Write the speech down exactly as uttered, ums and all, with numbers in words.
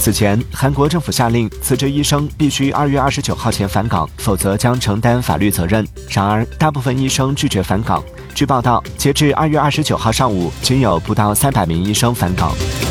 此前，韩国政府下令辞职医生必须二月二十九号前返岗，否则将承担法律责任。然而，大部分医生拒绝返岗。据报道，截至二月二十九号上午，仅有不到三百名医生返岗。